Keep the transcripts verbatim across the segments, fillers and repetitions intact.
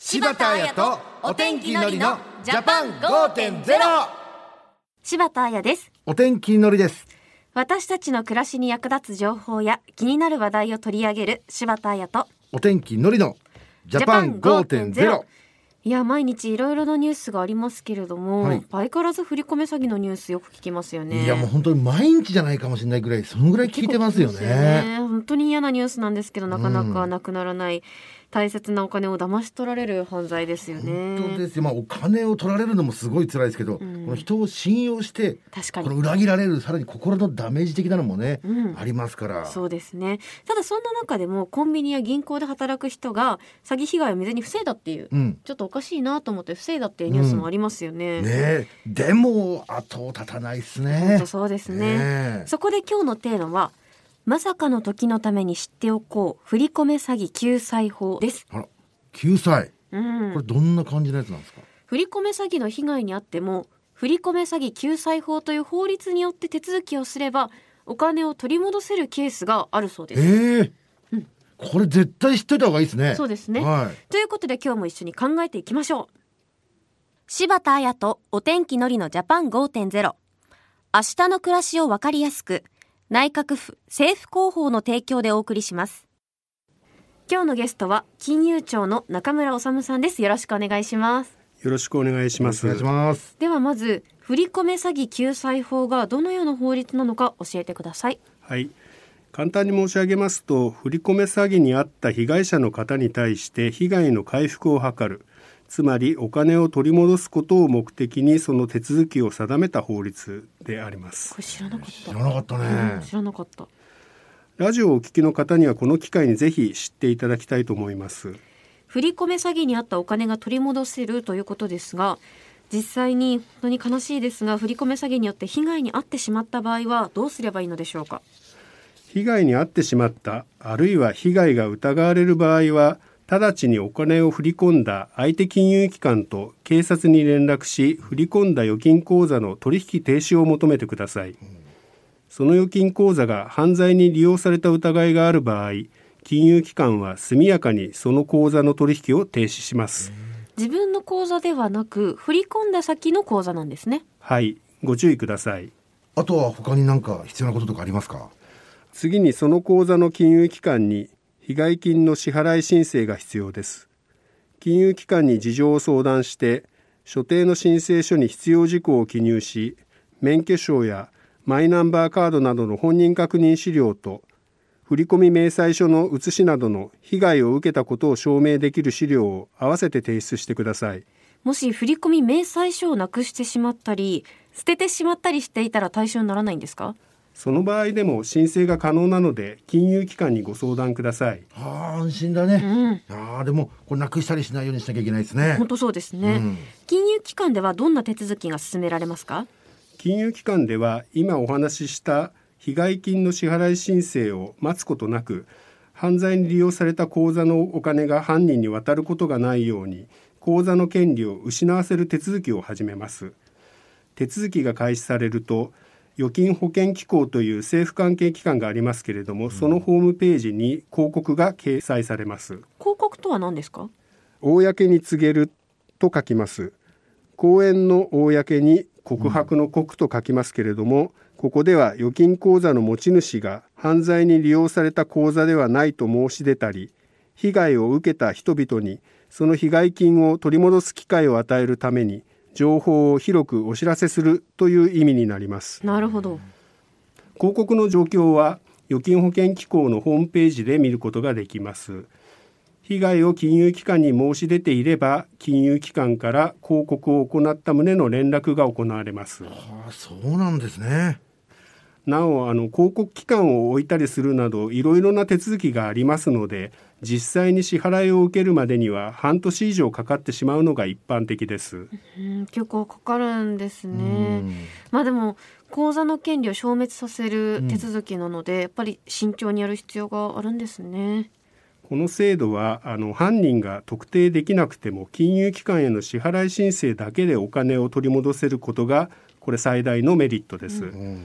柴田彩とお天気のりのジャパン ごーてんゼロ。 柴田彩です。 お天気のりです。 私たちの暮らしに役立つ情報や気になる話題を取り上げる柴田彩とお天気のりのジャパン ごーてんゼロ。 いや、毎日いろいろなニュースがありますけれども、 はい、 相変わらず振り込め詐欺のニュースよく聞きますよね。 いやもう本当に毎日じゃないかもしれないぐらい、そのぐらい聞いてますよ ね, 結構聞きますよね。本当に嫌なニュースなんですけど、なかなかなくならない、うん、大切なお金を騙し取られる犯罪ですよね。 本当ですよ、まあ、お金を取られるのもすごい辛いですけど、うん、この人を信用して確かにこの裏切られる、さらに心のダメージ的なのもね、うん、ありますから。 そうですね。ただそんな中でもコンビニや銀行で働く人が詐欺被害を未然に防いだっていう、うん、ちょっとおかしいなと思って防いだっていうニュースもありますよね。 うん、ねでも後を絶たないですね。 本当そうですね。ねそこで今日のテーマは、まさかの時のために知っておこう振り込め詐欺救済法です。 あら、救済、 うん、 これどんな感じのやつなんですか？ 振り込め詐欺の被害にあっても、振り込め詐欺救済法という法律によって手続きをすればお金を取り戻せるケースがあるそうです。 えーうん、これ絶対知っておいた方がいいですね。 そうですね、 はい、 ということで今日も一緒に考えていきましょう。柴田彩とお天気のりのジャパン ごーてんゼロ。 明日の暮らしをわかりやすく、内閣府政府広報の提供でお送りします。今日のゲストは金融庁の中村修さんです。よろしくお願いします。 よろしくお願いします。 お願いします。 ではまず振り込め詐欺救済法がどのような法律なのか教えてください。 はい、簡単に申し上げますと、振り込め詐欺に遭った被害者の方に対して被害の回復を図る、つまりお金を取り戻すことを目的にその手続きを定めた法律であります。 これ知らなかった。 知らなかったね、 うん、知らなかった。 ラジオをお聞きの方にはこの機会にぜひ知っていただきたいと思います。 振り込め詐欺にあったお金が取り戻せるということですが、実際に本当に悲しいですが、振り込め詐欺によって被害に遭ってしまった場合はどうすればいいのでしょうか？ 被害に遭ってしまった、あるいは被害が疑われる場合は、直ちにお金を振り込んだ相手金融機関と警察に連絡し、振り込んだ預金口座の取引停止を求めてください。その預金口座が犯罪に利用された疑いがある場合、金融機関は速やかにその口座の取引を停止します。 自分の口座ではなく振り込んだ先の口座なんですね。 はい、ご注意ください。 あとは他に何か必要なこととかありますか？ 次にその口座の金融機関に被害金の支払い申請が必要です。金融機関に事情を相談して所定の申請書に必要事項を記入し、免許証やマイナンバーカードなどの本人確認資料と振込明細書の写しなどの被害を受けたことを証明できる資料を合わせて提出してください。 もし振込明細書をなくしてしまったり捨ててしまったりしていたら対象にならないんですか？ その場合でも申請が可能なので金融機関にご相談ください。 はあ、安心だね、うん、あでもこれなくしたりしないようにしなきゃいけないですね。 本当そうですね、うん、金融機関ではどんな手続きが進められますか？ 金融機関では今お話しした被害金の支払い申請を待つことなく、犯罪に利用された口座のお金が犯人に渡ることがないように口座の権利を失わせる手続きを始めます。手続きが開始されると預金保険機構という政府関係機関がありますけれども、うん、そのホームページに広告が掲載されます。 広告とは何ですか？ 公に告げると書きます。公園の公に告白の告と書きますけれども、うん、ここでは預金口座の持ち主が犯罪に利用された口座ではないと申し出たり、被害を受けた人々にその被害金を取り戻す機会を与えるために情報を広くお知らせするという意味になります。 なるほど。 広告の状況は預金保険機構のホームページで見ることができます。被害を金融機関に申し出ていれば、金融機関から広告を行った旨の連絡が行われます。 はあ、そうなんですね。 なお、あの広告期間を置いたりするなどいろいろな手続きがありますので、実際に支払いを受けるまでには半年以上かかってしまうのが一般的です。 うん、結構かかるんですね。まあでも口座の権利を消滅させる手続きなので、うん、やっぱり慎重にやる必要があるんですね。 この制度はあの犯人が特定できなくても金融機関への支払い申請だけでお金を取り戻せることがこれ最大のメリットです。うん、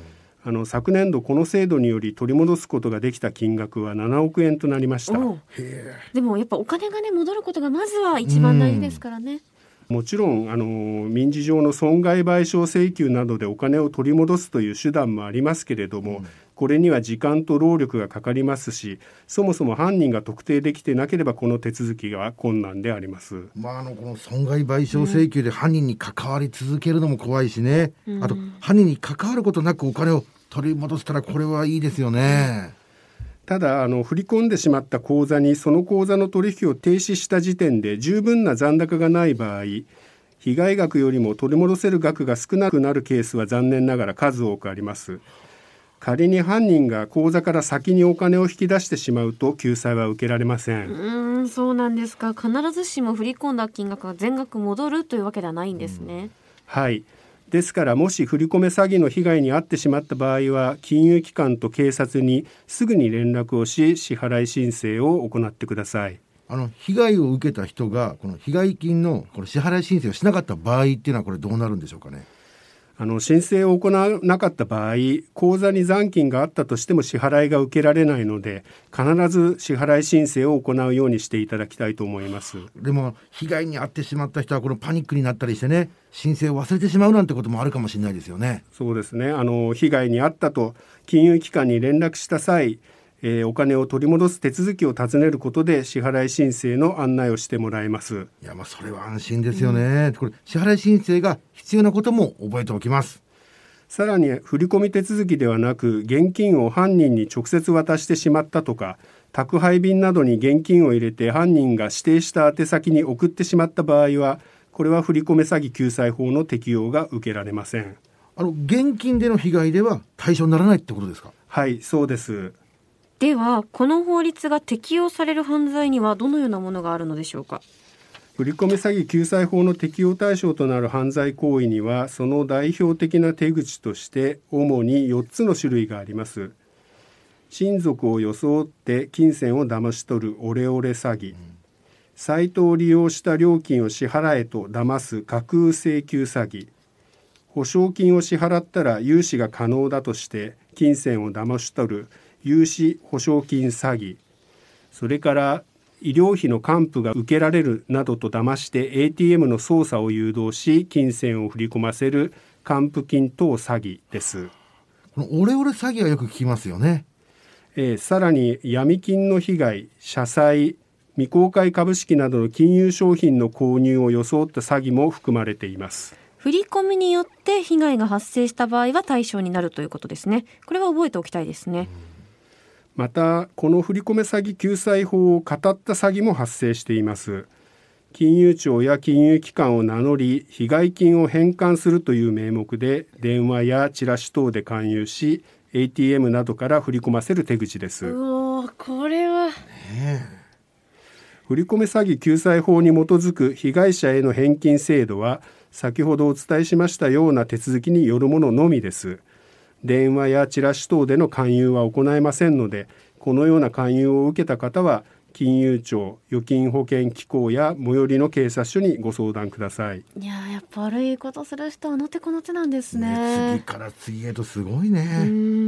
あの昨年度この制度により取り戻すことができた金額はななおくえんとなりました。 でもやっぱお金がね戻ることがまずは一番大事ですからね。 もちろんあの民事上の損害賠償請求などでお金を取り戻すという手段もありますけれども、うん、これには時間と労力がかかりますし、そもそも犯人が特定できてなければこの手続きが困難であります。 まあ、あのこの損害賠償請求で犯人に関わり続けるのも怖いしね、うん、あと犯人に関わることなくお金を取り戻せたらこれはいいですよね。 ただあの振り込んでしまった口座にその口座の取引を停止した時点で十分な残高がない場合、被害額よりも取り戻せる額が少なくなるケースは残念ながら数多くあります。仮に犯人が口座から先にお金を引き出してしまうと救済は受けられません。 うーん、そうなんですか。必ずしも振り込んだ金額が全額戻るというわけではないんですね。 はい、ですからもし振り込め詐欺の被害に遭ってしまった場合は、金融機関と警察にすぐに連絡をし支払い申請を行ってください。 あの被害を受けた人がこの被害金のこの支払い申請をしなかった場合っていうのはこれどうなるんでしょうかね。 あの申請を行わなかった場合、口座に残金があったとしても支払いが受けられないので、必ず支払い申請を行うようにしていただきたいと思います。 でも被害に遭ってしまった人はこのパニックになったりしてね、申請を忘れてしまうなんてこともあるかもしれないですよね。 そうですね。あの被害に遭ったと金融機関に連絡した際、えー、お金を取り戻す手続きを尋ねることで支払い申請の案内をしてもらいます。 いや、まあそれは安心ですよね、うん、これ支払い申請が必要なことも覚えておきます。 さらに振込手続きではなく現金を犯人に直接渡してしまったとか、宅配便などに現金を入れて犯人が指定した宛先に送ってしまった場合は、これは振込詐欺救済法の適用が受けられません。 あの現金での被害では対象にならないってことですか。 はい、そうです。 ではこの法律が適用される犯罪にはどのようなものがあるのでしょうか。 振込詐欺救済法の適用対象となる犯罪行為には、その代表的な手口として主によっつの種類があります。親族を装って金銭を騙し取るオレオレ詐欺、サイトを利用した料金を支払えと騙す架空請求詐欺、保証金を支払ったら融資が可能だとして金銭を騙し取る融資保証金詐欺、それから医療費の還付が受けられるなどと騙して エーティーエム の操作を誘導し金銭を振り込ませる還付金等詐欺です。 このオレオレ詐欺はよく聞きますよね。 えー、さらに闇金の被害、社債、未公開株式などの金融商品の購入を装った詐欺も含まれています。 振り込みによって被害が発生した場合は対象になるということですね。これは覚えておきたいですね。 またこの振込詐欺救済法を語った詐欺も発生しています。金融庁や金融機関を名乗り被害金を返還するという名目で電話やチラシ等で勧誘し エーティーエム などから振り込ませる手口です。 うお、これは、ね、 振込詐欺救済法に基づく被害者への返金制度は先ほどお伝えしましたような手続きによるもののみです。電話やチラシ等での勧誘は行えませんので、このような勧誘を受けた方は金融庁、預金保険機構や最寄りの警察署にご相談ください。 いや、やっぱ悪いことする人はの手この手なんですね。 ね、次から次へとすごいね。 うん、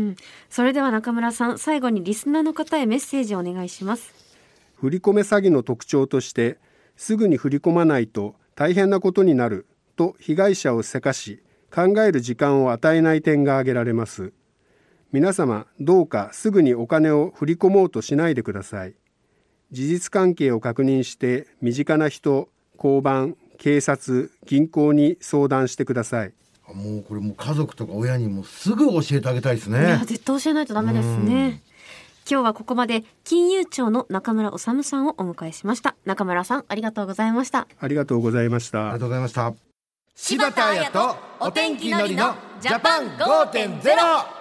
それでは中村さん、最後にリスナーの方へメッセージをお願いします。 振り込め詐欺の特徴として、すぐに振り込まないと大変なことになると被害者をせかし考える時間を与えない点が挙げられます。皆様どうかすぐにお金を振り込もうとしないでください。事実関係を確認して身近な人、交番、警察、銀行に相談してください。 もうこれもう家族とか親にもすぐ教えてあげたいですね。 いや、絶対教えないとダメですね。今日はここまで金融庁の中村修さんをお迎えしました。中村さん、ありがとうございました。 ありがとうございました。 ありがとうございました。 柴田彩とお天気のりのジャパン ごてんゼロ。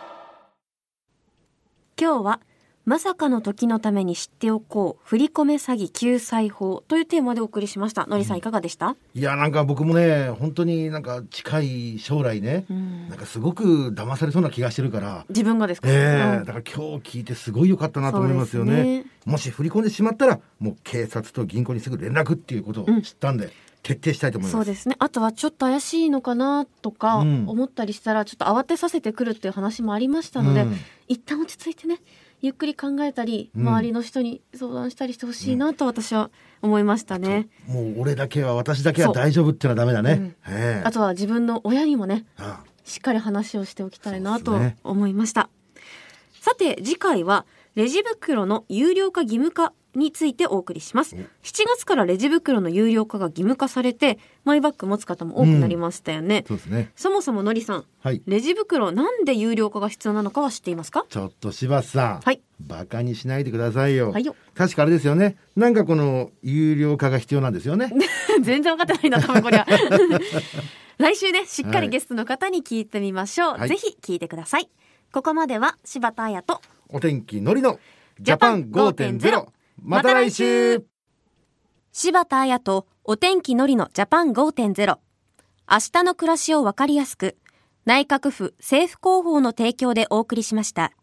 今日はまさかの時のために知っておこう振り込め詐欺救済法というテーマでお送りしました。のりさん、いかがでした？ いや、なんか僕もね、本当になんか近い将来ね、うん、なんかすごく騙されそうな気がしてるから。 自分がですか？ えーうん、だから今日聞いてすごい良かったなと思いますよ ね, ね。もし振り込んでしまったらもう警察と銀行にすぐ連絡っていうことを知ったんで、うん、 徹底したいと思います。 そうですね。あとはちょっと怪しいのかなとかうん思ったりしたら、ちょっと慌てさせてくるっていう話もありましたので、 うん一旦落ち着いてね、ゆっくり考えたり、 うん周りの人に相談したりしてほしいなと私は思いましたね。 もう俺だけは私だけは大丈夫ってのはダメだね。 うんええあとは自分の親にもね、 あしっかり話をしておきたいなとそうですね思いました。さて次回はレジ袋の有料化義務化についてお送りします。しちがつからレジ袋の有料化が義務化されて、マイバッグ持つ方も多くなりましたよね。 そうですね。 そもそものりさん、 はい。 レジ袋なんで有料化が必要なのかは知っていますか？ ちょっと柴田さん、 はいバカにしないでくださいよ。 はいよ確かあれですよね。なんかこの有料化が必要なんですよね。 全然分かってないんだ多分これは来週ねしっかりゲストの方に聞いてみましょう、 はいぜひ聞いてください。ここまでは柴田彩とお天気のりのジャパン ごてんゼロ。また来週。 柴田彩とお天気のりのジャパン ごてんゼロ。明日の暮らしをわかりやすく、内閣府政府広報の提供でお送りしました。